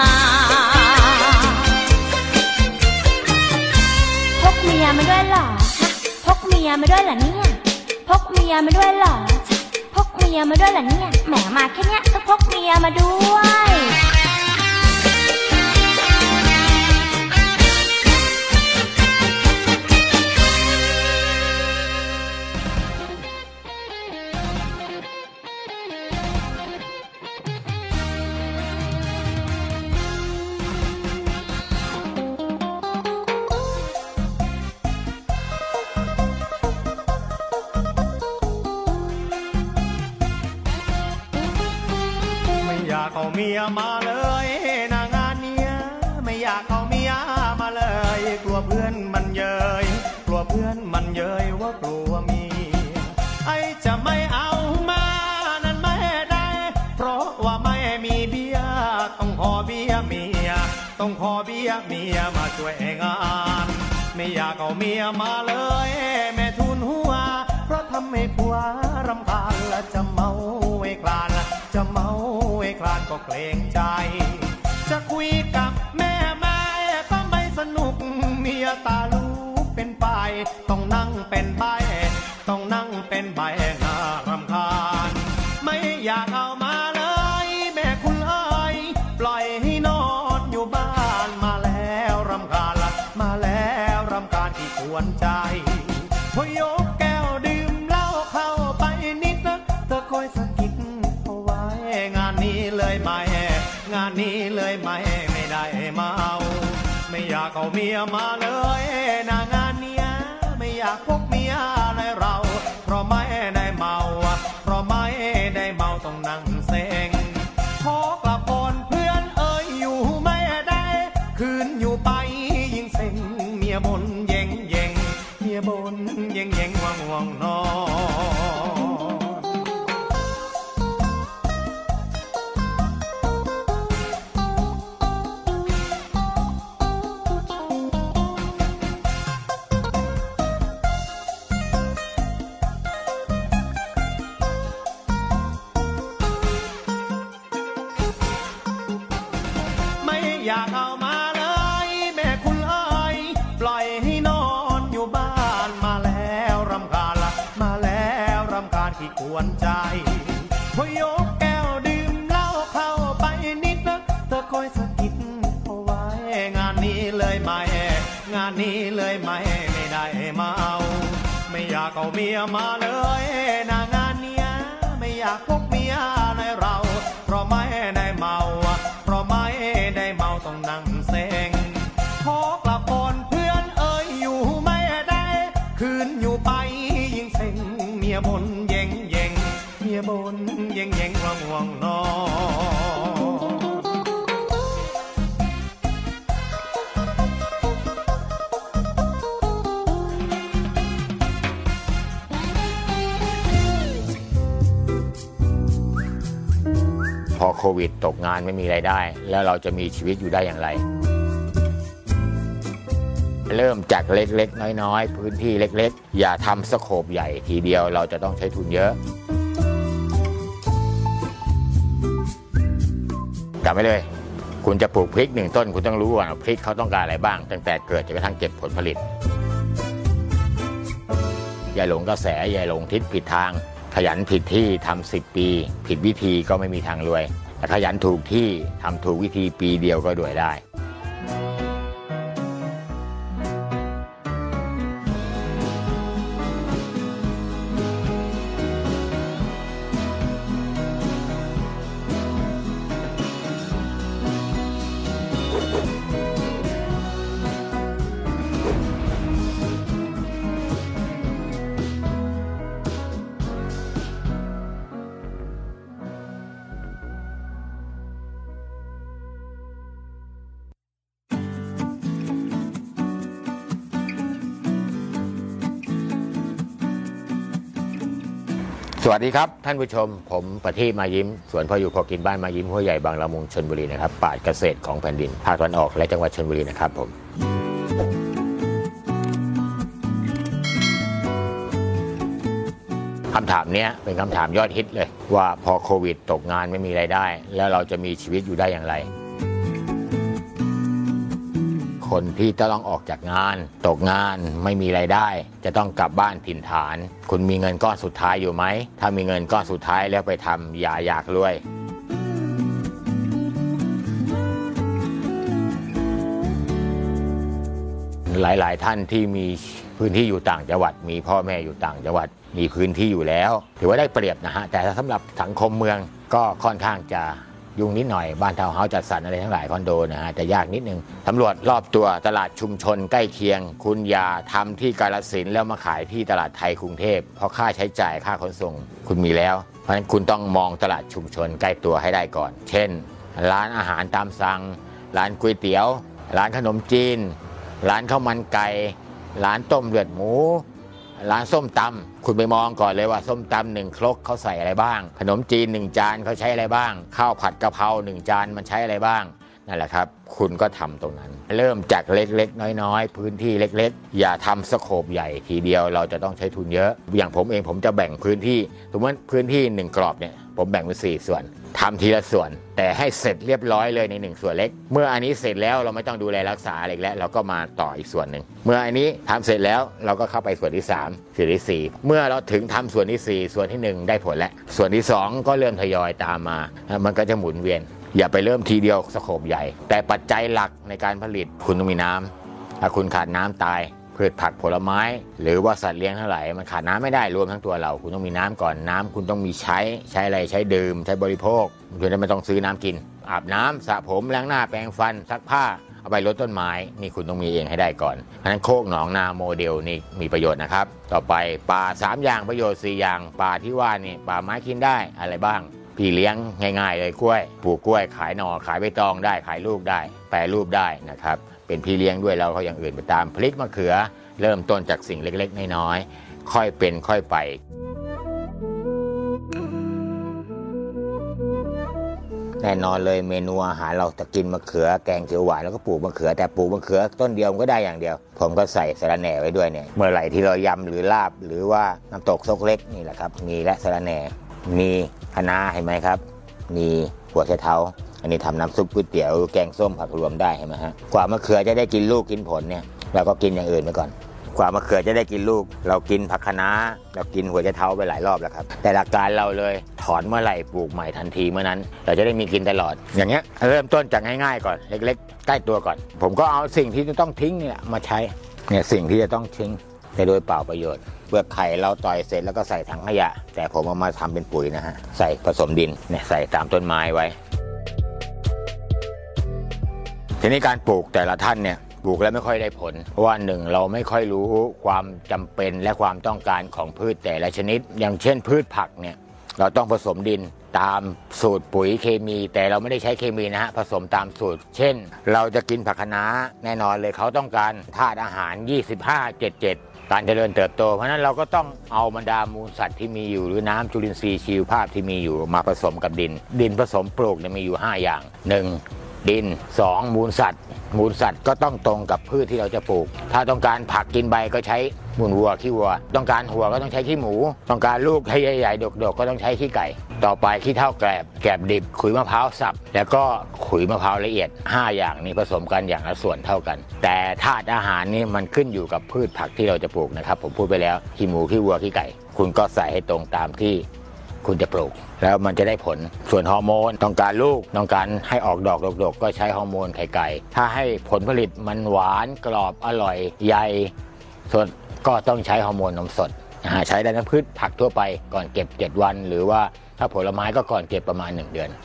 พกเมียมาด้วยเหรอพกเมียมาด้วยเหรอเนี่ยพกเมียมาด้วยเหรอพกเมียมาด้วยเหรอเนี่ยแหมมาแค่เนี้ยก็พกเมียมาด้วยอยากเอาเมียมาเลยนางานเนี้ยไม่อยากเอาเมียมาเลยกลัวเพื่อนมันเย้ยกลัวเพื่อนมันเย้ยว่ากลัวเมียไอ้จะไม่เอามานั้นไม่ได้เพราะว่าไม่มีเบี้ยต้องขอเบี้ยเมียต้องขอเบี้ยเมียมาช่วยงานไม่อยากเอาเมียมาเลยแม่ทุนหัวเพราะทำให้ผัวรำคาญและจะเมาไอ้คลานจะเมาไอ้คลานก็เกรงใจจะคุยกับแม่แม่ก็ไม่สนุกเมียตาลูกเป็นไปต้องนั่งเป็นใบต้องนั่งเป็นใบน่ารำคาญไม่อยากเอามาเลยแม่คุณเอ๋ยปล่อยให้นอนอยู่บ้านมาแล้วรำคาญละมาแล้วรำคาญที่ควรใจพอยกแก้วดื่มเหล้าเข้าไปนิดนะเธอคอยสะกิดเอาไว้งานนี้เลยไม่งานนี้เลยไม่ไม่ได้มาเอาไม่อยากเอาเมียมาเลยนางานเนี้ยไม่อยากพกเมียในเราเพราะไม่ได้เมาเพราะไม่ได้เมาต้องนั่งเซ็งขอกลับก่อนเพื่อนเอ่ยอยู่ไม่ได้คืนอยู่ไปยิ่งเซ็งเมียบ่นเย่งเย่งเมียบ่นเย่งเย่งว่างว่างนอนอยากเอามาเลยแม่คุณเอ๋ยปล่อยให้นอนอยู่บ้านมาแล้วรำคาญละมาแล้วรำคาญที่กวนใจพอยกแก้วดื่มเหล้าเข้าไปนิดนะเธอคอยสะกิดเอาไว้งานนี้เลยไม่งานนี้เลยไม่ไม่ได้มาเอาไม่อยากเอาเมียมาเลยนางานเนี้ยไม่อยากพกเมียในเราเพราะไม่ได้เมาเพราะไม่ได้เมาต้องนั่งเซ็งขอกลับวิดตกงานไม่มีรายได้แล้วเราจะมีชีวิตอยู่ได้อย่างไรเริ่มจากเล็กๆน้อยๆพื้นที่เล็กๆอย่าทำสโคปใหญ่ทีเดียวเราจะต้องใช้ทุนเยอะกลับไปเลยคุณจะปลูกพริกหนึ่งต้นคุณต้องรู้ว่าพริกเขาต้องการอะไรบ้างตั้งแต่เกิดจนกระทั่งเก็บผลผลิตอย่าหลงกระแสอย่าหลงทิศผิดทางขยันผิดที่ทำสิบปีผิดวิธีก็ไม่มีทางรวยแต่ขยันถูกที่ทำถูกวิธีปีเดียวก็รวยได้สวัสดีครับท่านผู้ชมผมประทีปมายิ้มสวนพออยู่พอกินบ้านมายิ้มห้วยใหญ่บางละมุงชลบุรีนะครับปราชญ์เกษตรของแผ่นดินภาคตะวันออกและจังหวัดชลบุรีนะครับผมคำถามนี้เป็นคำถามยอดฮิตเลยว่าพอโควิดตกงานไม่มีรายได้แล้วเราจะมีชีวิตอยู่ได้อย่างไรคนที่จะต้องออกจากงานตกงานไม่มีรายได้จะต้องกลับบ้านถิ่นฐานคุณมีเงินก้อนสุดท้ายอยู่ไหมถ้ามีเงินก้อนสุดท้ายแล้วไปทำอย่าอยากรวยหลายๆท่านที่มีพื้นที่อยู่ต่างจังหวัดมีพ่อแม่อยู่ต่างจังหวัดมีพื้นที่อยู่แล้วถือว่าได้เปรียบนะฮะแต่สำหรับสังคมเมืองก็ค่อนข้างจะยุ่งนิดหน่อยบ้านทาวน์เฮาส์จัดสรรอะไรทั้งหลายคอนโดนะฮะจะยากนิดนึงตำรวจรอบตัวตลาดชุมชนใกล้เคียงคุณอย่าทำที่กาฬสินธุ์แล้วมาขายที่ตลาดไทยกรุงเทพเพราะค่าใช้จ่ายค่าขนส่งคุณมีแล้วเพราะฉะนั้นคุณต้องมองตลาดชุมชนใกล้ตัวให้ได้ก่อนเช่นร้านอาหารตามสั่งร้านก๋วยเตี๋ยวร้านขนมจีนร้านข้าวมันไก่ร้านต้มเลือดหมูร้านส้มตำคุณไปมองก่อนเลยว่าส้มตำหนึ่งครกเขาใส่อะไรบ้างขนมจีนหนึ่งจานเขาใช้อะไรบ้างข้าวผัดกะเพราหนึ่งจานมันใช้อะไรบ้างนั่นแหละครับคุณก็ทำตรงนั้นเริ่มจากเล็กๆน้อยๆพื้นที่เล็กๆอย่าทำสโคปใหญ่ทีเดียวเราจะต้องใช้ทุนเยอะอย่างผมเองผมจะแบ่งพื้นที่สมมติพื้นที่หนึ่งกรอบเนี่ยผมแบ่งเป็นสี่ส่วนทำทีละส่วนแต่ให้เสร็จเรียบร้อยเลยในหนึ่งส่วนเล็กเมื่ออันนี้เสร็จแล้วเราไม่ต้องดูแลรักษาอะไรแล้วเราก็มาต่ออีกส่วนหนึ่งเมื่ออันนี้ทำเสร็จแล้วเราก็เข้าไปส่วนที่สามส่วนที่สี่เมื่อเราถึงทำส่วนที่สี่ส่วนที่หนึ่งได้ผลแล้วส่วนที่สองก็เริ่มทยอยตามมามันก็จะหมุนเวียนอย่าไปเริ่มทีเดียวสโคปใหญ่แต่ปัจจัยหลักในการผลิตคุณต้องมีน้ำถ้าคุณขาดน้ำตายพืชผักผลไม้หรือว่าสัตว์เลี้ยงทั้งหลายมันขาดน้ำไม่ได้รวมทั้งตัวเราคุณต้องมีน้ำก่อนน้ำคุณต้องมีใช้ใช้อะไรใช้ดื่มใช้บริโภคคุณจะไม่ต้องซื้อน้ำกินอาบน้ำสระผมล้างหน้าแปรงฟันซักผ้าเอาไปรดต้นไม้นี่คุณต้องมีเองให้ได้ก่อนเพราะฉะนั้นโคกหนองนาโมเดลนี่มีประโยชน์นะครับต่อไปป่าสามอย่างประโยชน์สี่อย่างป่าที่ว่านี่ป่าไม้กินได้อะไรบ้างพี่เลี้ยงง่ายๆเลยกล้วยปลูกกล้วยขายหน่อขายใบตองได้ขายลูกได้แปรรูปได้นะครับเป็นพี่เลี้ยงด้วยแล้วเขาอย่างอื่นไปตามพริกมะเขือเริ่มต้นจากสิ่งเล็กๆน้อยๆค่อยเป็นค่อยไปแน่นอนเลยเมนูอาหารเราจะกินมะเขือแกงเขียวหวานแล้วก็ปลูกมะเขือแต่ปลูกมะเขือต้นเดียวก็ได้อย่างเดียวผมก็ใส่สะระแหน่ไว้ด้วยเนี่ยเมื่อไหร่ที่เรายำหรือลาบหรือว่าน้ำตกซกเล็กนี่แหละครับมีและสะระแหน่มีคะน้าเห็นไหมครับมีหัวไชเท้าอันนี้ทำน้ำซุปก๋วยเตี๋ยวแกงส้มผักรวมได้เห็นไหมฮะกว่ามะเขือจะได้กินลูกกินผลเนี่ยเราก็กินอย่างอื่นไปก่อนกว่ามะเขือจะได้กินลูกเรากินผักคะน้าเรากินหัวไชเท้าไปหลายรอบแล้วครับแต่หลักการเราเลยถอนเมื่อไหร่ปลูกใหม่ทันทีเมื่อนั้นเราจะได้มีกินตลอดอย่างเงี้ยเริ่มต้นจากง่ายๆก่อนเล็กๆใกล้ตัวก่อนผมก็เอาสิ่งที่จะต้องทิ้งนี่แหละมาใช้เนี่ยสิ่งที่จะต้องทิ้งแต่โดยเปล่าประโยชน์เปลือกไข่เราต่อยเสร็จแล้วก็ใส่ถังขยะแต่ผมเอามาทำเป็นปุ๋ยนะฮะใส่ผสมดินเนี่ยใส่ตามต้นไม้ไว้ทีนี้การปลูกแต่ละท่านเนี่ยปลูกแล้วไม่ค่อยได้ผลเพราะว่าหนึ่งเราไม่ค่อยรู้ความจำเป็นและความต้องการของพืชแต่ละชนิดอย่างเช่นพืชผักเนี่ยเราต้องผสมดินตามสูตรปุ๋ยเคมีแต่เราไม่ได้ใช้เคมีนะฮะผสมตามสูตรเช่นเราจะกินผักคะน้าแน่นอนเลยเขาต้องการธาตุอาหารยี่สิบห้า เจ็ดสิบเจ็ดการเจริญเติบโตเพราะนั้นเราก็ต้องเอาบรรดามูลสัตว์ที่มีอยู่หรือน้ำจุลินทรีย์ชีวภาพที่มีอยู่มาผสมกับดินดินผสมปลูกเนี่ยมีอยู่ห้าอย่างหนึ่งดินสองมูลสัตว์มูลสัตว์ก็ต้องตรงกับพืชที่เราจะปลูกถ้าต้องการผักกินใบก็ใช้มูลวัวขี้วัวต้องการหัวก็ต้องใช้ขี้หมูต้องการลูกใหญ่ๆดกๆก็ต้องใช้ขี้ไก่ต่อไปขี้เถ้าแกลบแกลบดิบขุยมะพร้าวสับแล้วก็ขุยมะพร้าวละเอียดห้าอย่างนี้ผสมกันอย่างละส่วนเท่ากันแต่ธาตุอาหารนี่มันขึ้นอยู่กับพืชผักที่เราจะปลูกนะครับผมพูดไปแล้วขี้หมูขี้วัวขี้ไก่คุณก็ใส่ให้ตรงตามที่คุณจะปลูกแล้วมันจะได้ผลส่วนฮอร์โมนต้องการลูกต้องการให้ออกดอกดกๆก็ใช้ฮอร์โมนไข่ไก่ถ้าให้ผลผลิตมันหวานกรอบอร่อยใหญ่ส่วนก็ต้องใช้ฮอร์โมนนมสดใช้ได้ทั้งพืชผักทั่วไปก่อนเก็บเจ็ดวันหรือว่าถ้าผลไม้ก็ก่อนเก็บประมาณหนึ่งเดือน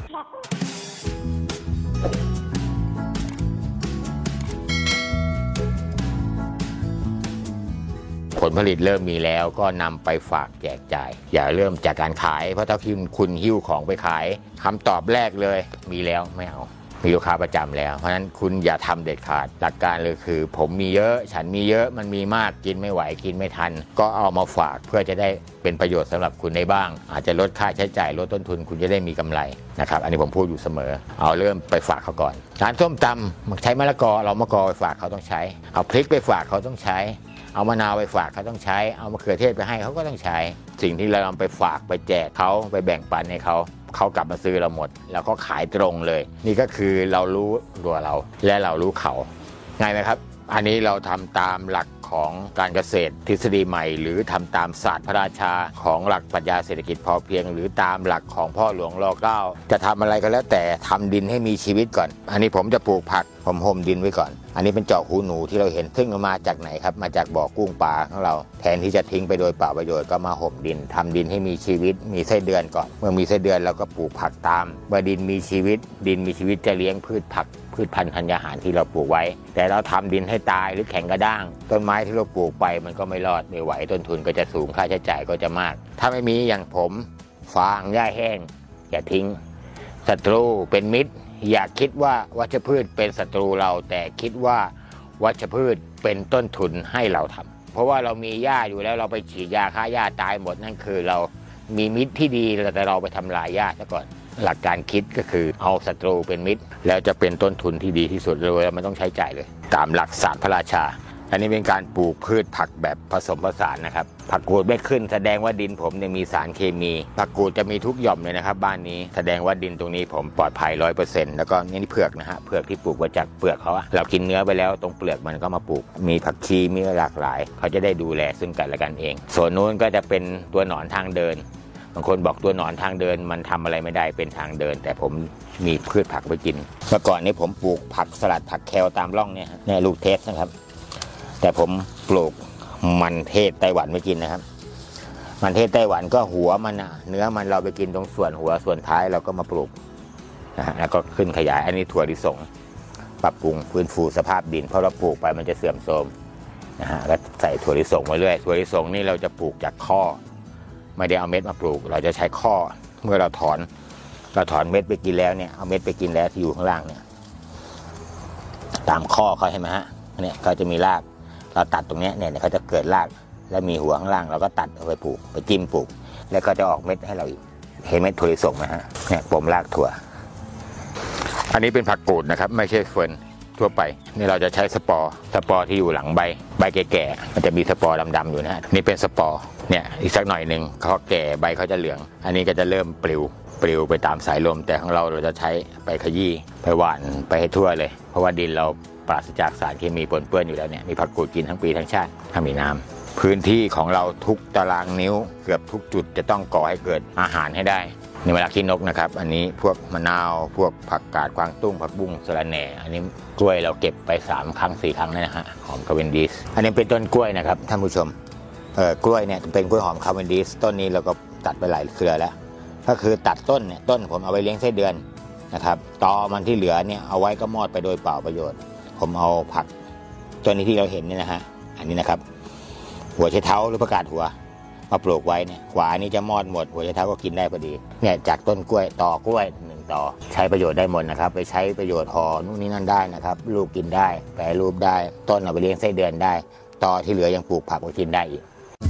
ผลผลิตเริ่มมีแล้วก็นำไปฝากแจกจ่ายอย่าเริ่มจากการขายเพราะถ้าคุณคุณหิ้วของไปขายคำตอบแรกเลยมีแล้วไม่เอามีลูกค้าประจำแล้วเพราะฉะนั้นคุณอย่าทำเด็ดขาดหลักการเลยคือผมมีเยอะฉันมีเยอะมันมีมากกินไม่ไหวกินไม่ทันก็เอามาฝากเพื่อจะได้เป็นประโยชน์สำหรับคุณได้บ้างอาจจะลดค่าใช้จ่ายลดต้นทุนคุณจะได้มีกำไรนะครับอันนี้ผมพูดอยู่เสมอเอาเริ่มไปฝากเขาก่อนร้านส้มตำใช้มะละกอเรามะกอไปฝากเขาต้องใช้เอาพริกไปฝากเขาต้องใช้เอามะนาวไปฝากเขาต้องใช้เอามะเขือเทศไปให้เขาก็ต้องใช้สิ่งที่เรานำไปฝากไปแจกเขาไปแบ่งปันให้เขาเขากลับมาซื้อเราหมดแล้วก็ขายตรงเลยนี่ก็คือเรารู้ตัวเราและเรารู้เขาง่ายไหมครับอันนี้เราทำตามหลักของการเกษตรทฤษฎีใหม่หรือทำตามศาสตร์พระราชาของหลักปรัชญาเศรษฐกิจพอเพียงหรือตามหลักของพ่อหลวงรอเก้าจะทำอะไรก็แล้วแต่ทำดินให้มีชีวิตก่อนอันนี้ผมจะปลูกผักผมห่มดินไว้ก่อนอันนี้เป็นเจาะหูหนูที่เราเห็นซึ่งมาจากไหนครับมาจากบ่อกุ้งปลาของเราแทนที่จะทิ้งไปโดยเปล่าประโยชน์ก็มาห่มดินทำดินให้มีชีวิตมีไส้เดือนก่อนเมื่อมีไส้เดือนเราก็ปลูกผักตามเมื่อดินมีชีวิตดินมีชีวิตจะเลี้ยงพืชผักพืชพันธุ์ธัญญาหารที่เราปลูกไว้แต่เราทำดินให้ตายหรือแข็งกระด้างต้นไม้ที่เราปลูกไปมันก็ไม่รอดไม่ไหวต้นทุนก็จะสูงค่าใช้จ่ายก็จะมากถ้าไม่มีอย่างผมฟางหญ้าแห้งอย่าทิ้งศัตรูเป็นมิตรอย่าคิดว่าวัชพืชเป็นศัตรูเราแต่คิดว่าวัชพืชเป็นต้นทุนให้เราทำเพราะว่าเรามีหญ้าอยู่แล้วเราไปฉีดยาฆ่าหญ้าตายหมดนั่นคือเรามีมิตรที่ดีแต่เราไปทำลายหญ้าซะก่อนหลักการคิดก็คือเอาศัตรูเป็นมิตรแล้วจะเป็นต้นทุนที่ดีที่สุดเลยมันต้องใช้จ่ายเลยตามหลักศาสตร์พระราชาอันนี้เป็นการปลูกพืชผักแบบผสมผสานนะครับผักกูดไม่ขึ้นแสดงว่าดินผมเนี่ยมีสารเคมีผักกูดจะมีทุกหย่อมเลยนะครับบ้านนี้แสดงว่าดินตรงนี้ผมปลอดภัยร้อยเปอร์เซ็นต์แล้วก็นี่เผือกนะฮะเผือกที่ปลูกมาจากเปลือกเขาเรากินเนื้อไปแล้วตรงเปลือกมันก็มาปลูกมีผักชีมีหลากหลายเขาจะได้ดูแลซึ่งกันและกันเองส่วนนู้นก็จะเป็นตัวหนอนทางเดินบางคนบอกตัวหนอนทางเดินมันทำอะไรไม่ได้เป็นทางเดินแต่ผมมีพืชผักไปกินเมื่อก่อนนี้ผมปลูกผักสลัดผักแคลตามร่องเนี่ยเนี่ยลูกเทสนะครับแต่ผมปลูกมันเทศไต้หวันไม่กินนะครับมันเทศไต้หวันก็หัวมันอ่ะเนื้อมันเราไปกินตรงส่วนหัวส่วนท้ายเราก็มาปลูกนะฮะแล้วก็ขึ้นขยายอันนี้ถั่วลิสงปรับปรุงฟื้นฟูสภาพดินเพราะเราปลูกไปมันจะเสื่อมโทรมนะฮะก็ใส่ถั่วลิสงไว้เรื่อยถั่วลิสงนี่เราจะปลูกจากข้อไม่ได้เอาเม็ดมาปลูกเราจะใช้ข้อเมื่อเราถอนเราถอนเม็ดไปกินแล้วเนี่ยเอาเม็ดไปกินแล้วที่อยู่ข้างล่างเนี่ยตามข้อเขาใช่ไหมฮะเนี่ยเขาจะมีรากเราตัดตรงนี้เนี่ยเขาจะเกิดรากแล้วมีหัวข้างล่างเราก็ตัดเอาไปปลูกไปจิ้มปลูกแล้วก็จะออกเม็ดให้เราอีกเห็นเม็ดถั่วลิสงไหมฮะเนี่ยปมรากถั่วอันนี้เป็นผักกูดนะครับไม่ใช่เฟิร์นทั่วไปนี่เราจะใช้สปอร์สปอร์ที่อยู่หลังใบใบแก่ๆมันจะมีสปอร์ดำๆอยู่นะฮะนี่เป็นสปอร์เนี่ยอีกสักหน่อยหนึ่งเขาแก่ใบเขาจะเหลืองอันนี้ก็จะเริ่มปลิวปลิวไปตามสายลมแต่ของเราเราจะใช้ไปขยี้ไปหว่านไปให้ทั่วเลยเพราะว่าดินเราปราศจากสารเคมีปนเปื้อนอยู่แล้วเนี่ยมีผักกูดกินทั้งปีทั้งชาติถ้ามีน้ำพื้นที่ของเราทุกตารางนิ้วเกือบทุกจุดจะต้องก่อให้เกิดอาหารให้ได้ในเวลาขี้นกนะครับอันนี้พวกมะนาวพวกผักกาดกวางตุ้งผักบุ้งสะระแหน่อันนี้กล้วยเราเก็บไปสามครั้งสี่ครั้งนะฮะหอมคาเวนดิสอันนี้เป็นต้นกล้วยนะครับท่านผู้ชมเออกล้วยเนี่ยเป็นกล้วยหอมคาเวนดิสต้นนี้เราก็ตัดไปหลายเครือแล้วก็คือตัดต้นเนี่ยต้นผมเอาไว้เลี้ยงไส้เดือนนะครับตอมันที่เหลือเนี่ยเอาไว้ก็มอดไปโดยเปล่าประโยชน์ผมเอาผักตัวนี้ที่เราเห็นเนี่ยนะฮะอันนี้นะครับหัวไชเท้าหรือผักกาดหัวมาปลูกไว้เนี่ยขวานี้จะมอดหมดหัวไชเท้าก็กินได้พอดีเนี่ยจากต้นกล้วยต่อกล้วยหนึ่งต่อใช้ประโยชน์ได้หมดนะครับไปใช้ประโยชน์ห่อนู่นนี่นั่นได้นะครับลูกกินได้แปรรูปได้ต้นเอาไปเลี้ยงไส้เดือนได้ตอที่เหลือยังปลูกผักไว้กินได้อีก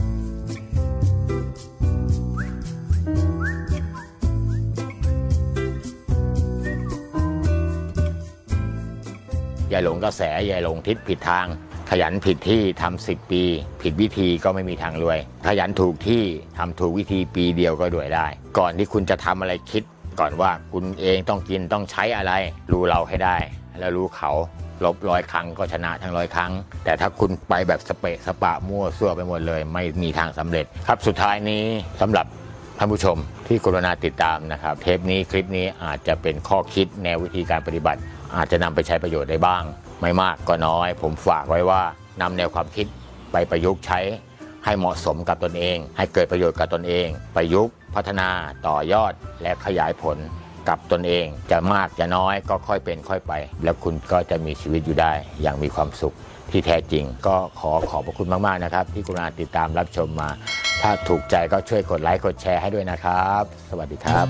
อย่าหลงกระแสอย่าหลงทิศผิดทางขยันผิดที่ทำสิบปีผิดวิธีก็ไม่มีทางรวยขยันถูกที่ทำถูกวิธีปีเดียวก็รวยได้ก่อนที่คุณจะทำอะไรคิดก่อนว่าคุณเองต้องกินต้องใช้อะไรรู้เราให้ได้แล้วรู้เขาลบร้อยครั้งก็ชนะทั้งร้อยครั้งแต่ถ้าคุณไปแบบสเปะสปะมั่วซั่วไปหมดเลยไม่มีทางสำเร็จครับสุดท้ายนี้สำหรับท่านผู้ชมที่กรุณาติดตามนะครับเทปนี้คลิปนี้อาจจะเป็นข้อคิดแนววิธีการปฏิบัติอาจจะนำไปใช้ประโยชน์ได้บ้างไม่มากก็น้อยผมฝากไว้ว่านำแนวความคิดไปประยุกต์ใช้ให้เหมาะสมกับตนเองให้เกิดประโยชน์กับตนเองประยุกต์พัฒนาต่อยอดและขยายผลกับตนเองจะมากจะน้อยก็ค่อยเป็นค่อยไปแล้วคุณก็จะมีชีวิตอยู่ได้อย่างมีความสุขที่แท้จริงก็ขอขอบพระคุณมากๆนะครับที่กรุณาติดตามรับชมมาถ้าถูกใจก็ช่วยกดไลค์กดแชร์ให้ด้วยนะครับสวัสดีครับ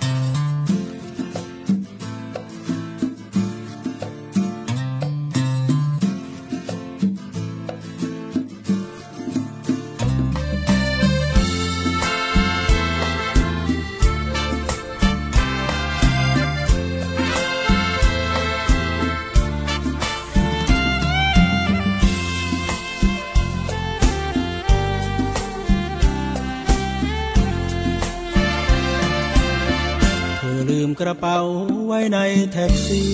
กระเป๋าไว้ในแท็กซี่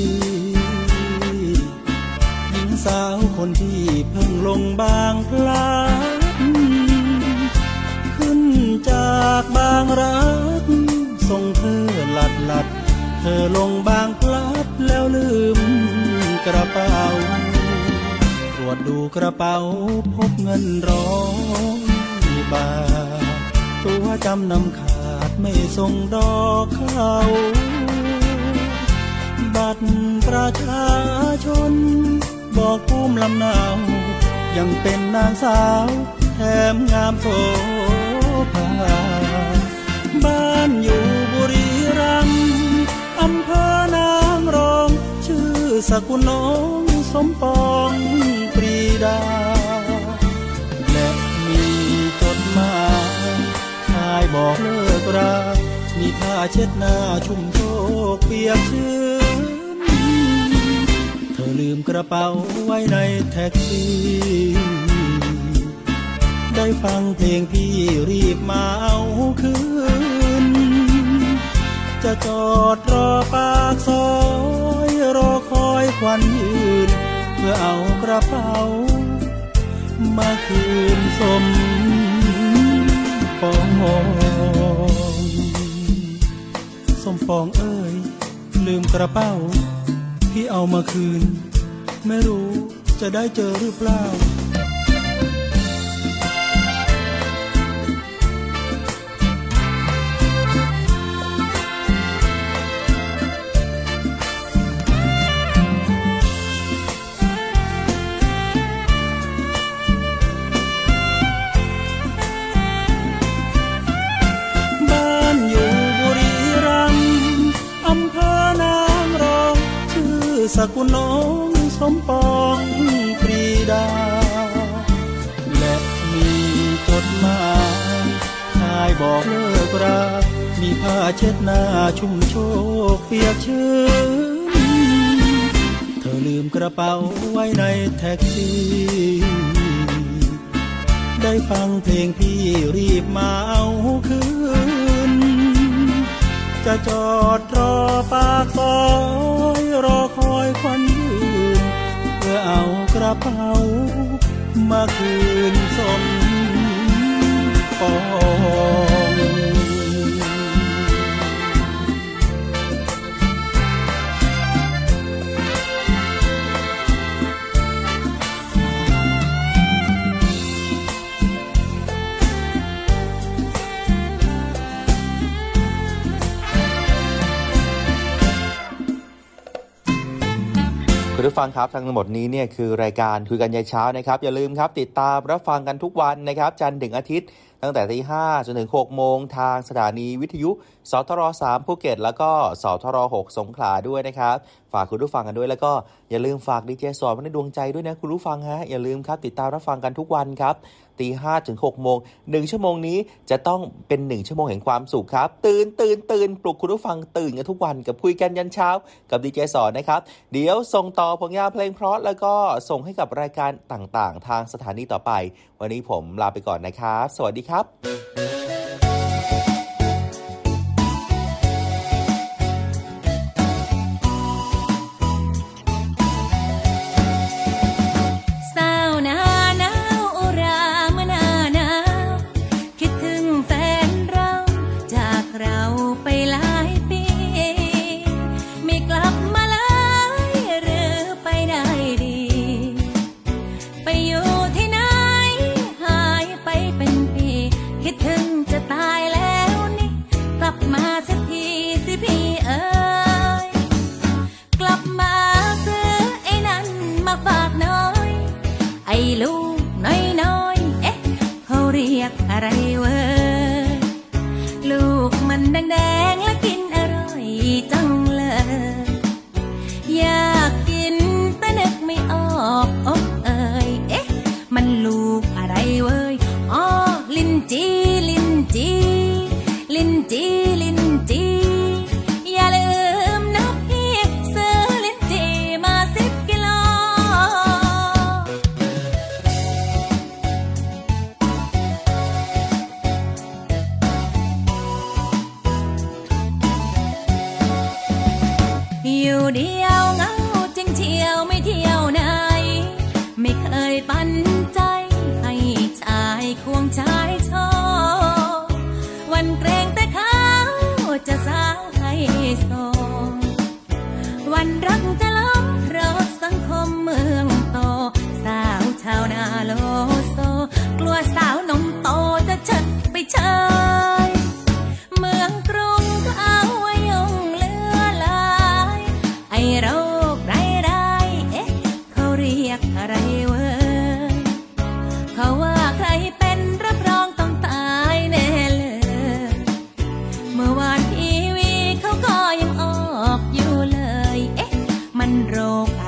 หญิงสาวคนที่เพิ่งลงบางพลัดขึ้นจากบางรักส่งเธอหลัดหลัดเธอลงบางพลัดแล้วลืมกระเป๋าตรวจดูกระเป๋าพบเงินร้อยบาทตัวจำนำขาดไม่ส่งดอกเขาบัตรประชาชนบอกภูมิลำเนายังเป็นนางสาวแถมงามโสภาบ้านอยู่บุรีรัมย์อำเภอนางรองชื่อสกุลน้องสมปองปรีดาและมีจดหมายชายบอกเลิกรามีผ้าเช็ดหน้าชุ่มโชกเปียกชื้นเธอลืมกระเป๋าไว้ในแท็กซี่ได้ฟังเพลงพี่รีบมาเอาคืนจะจอดรอปากซอยรอคอยควันยืนเพื่อเอากระเป๋ามาคืนสมปองสมปองเอ้ยลืมกระเป๋าพี่เอามาคืนไม่รู้จะได้เจอหรือเปล่าสกุลน้องสมปองปรีดาและมีจดหมายชายบอกเลิกรามีผ้าเช็ดหน้าชุ่มโชกเปียกชื้นเธอลืมกระเป๋าไว้ในแท็กซี่ได้ฟังเพลงพี่รีบมาเอาคืนจะจอดรอปากซอยรอคอยควันยืนเพื่อเอากระเป๋ามาคืนสมปองคุณผู้ฟังครับทั้งหมดนี้เนี่ยคือรายการคุยกันยามเช้านะครับอย่าลืมครับติดตามรับฟังกันทุกวันนะครับจันทร์ถึงอาทิตย์ตั้งแต่ตีห้าจนถึงหกโมงทางสถานีวิทยุสทรสามภูเก็ตแล้วก็สทรหกสงขลาด้วยนะครับฝากคุณผู้ฟังกันด้วยแล้วก็อย่าลืมฝากดีเจสอนไว้ในดวงใจด้วยนะคุณผู้ฟังฮะอย่าลืมครับติดตามรับฟังกันทุกวันครับตีห้าถึงหกโมงหนึ่งชั่วโมงนี้จะต้องเป็นหนึ่งชั่วโมงแห่งความสุขครับตื่นตื่นตื่นปลุกคุณผู้ฟังตื่นกันทุกวันกับคุยกันยันเช้ากับดีเจสอนนะครับเดี๋ยวส่งต่อผลงานเพลงเพราะแล้วก็ส่งให้กับรายการต่างๆทางสถานีต่อไปวันนี้ผมลาไปก่อนนะครับสวัสดีครับอะไรเว้ยลูกมันแดงๆและกินอร่อยจังเลยอยากกินแต่นึกไม่ออกอกเอ่ยเอ๊ะมันลูกอะไรเว้ยอ๋อลิ้นจีลิ้นจีลิ้นจีลิ้นจีอย่าลืมนะพี่ซื้อลิ้นจีมาสิบกิโลอยู่เดียวเหงาจริงเที่ยวไม่เที่ยวไหนไม่เคยปันใจให้ชายควงชายชอบวันเกรงแต่เขาจะสาวให้โซวันรักจะล้มเพราะสังคมเมืองโตสาวชาวนาโลโซกลัวสาวนมโตจะเฉิดไปเชยเมืองกรุงเขาว่ายุ่งเหลือหลายไอโรคร้ายร้ายเอ๊ะเขาเรียกอะไรเว้ยเขาว่าใครเป็นรับรองต้องตายแน่เลยเมื่อวานทีวีเขาก็ยังออกอยู่เลยเอ๊ะมันโรค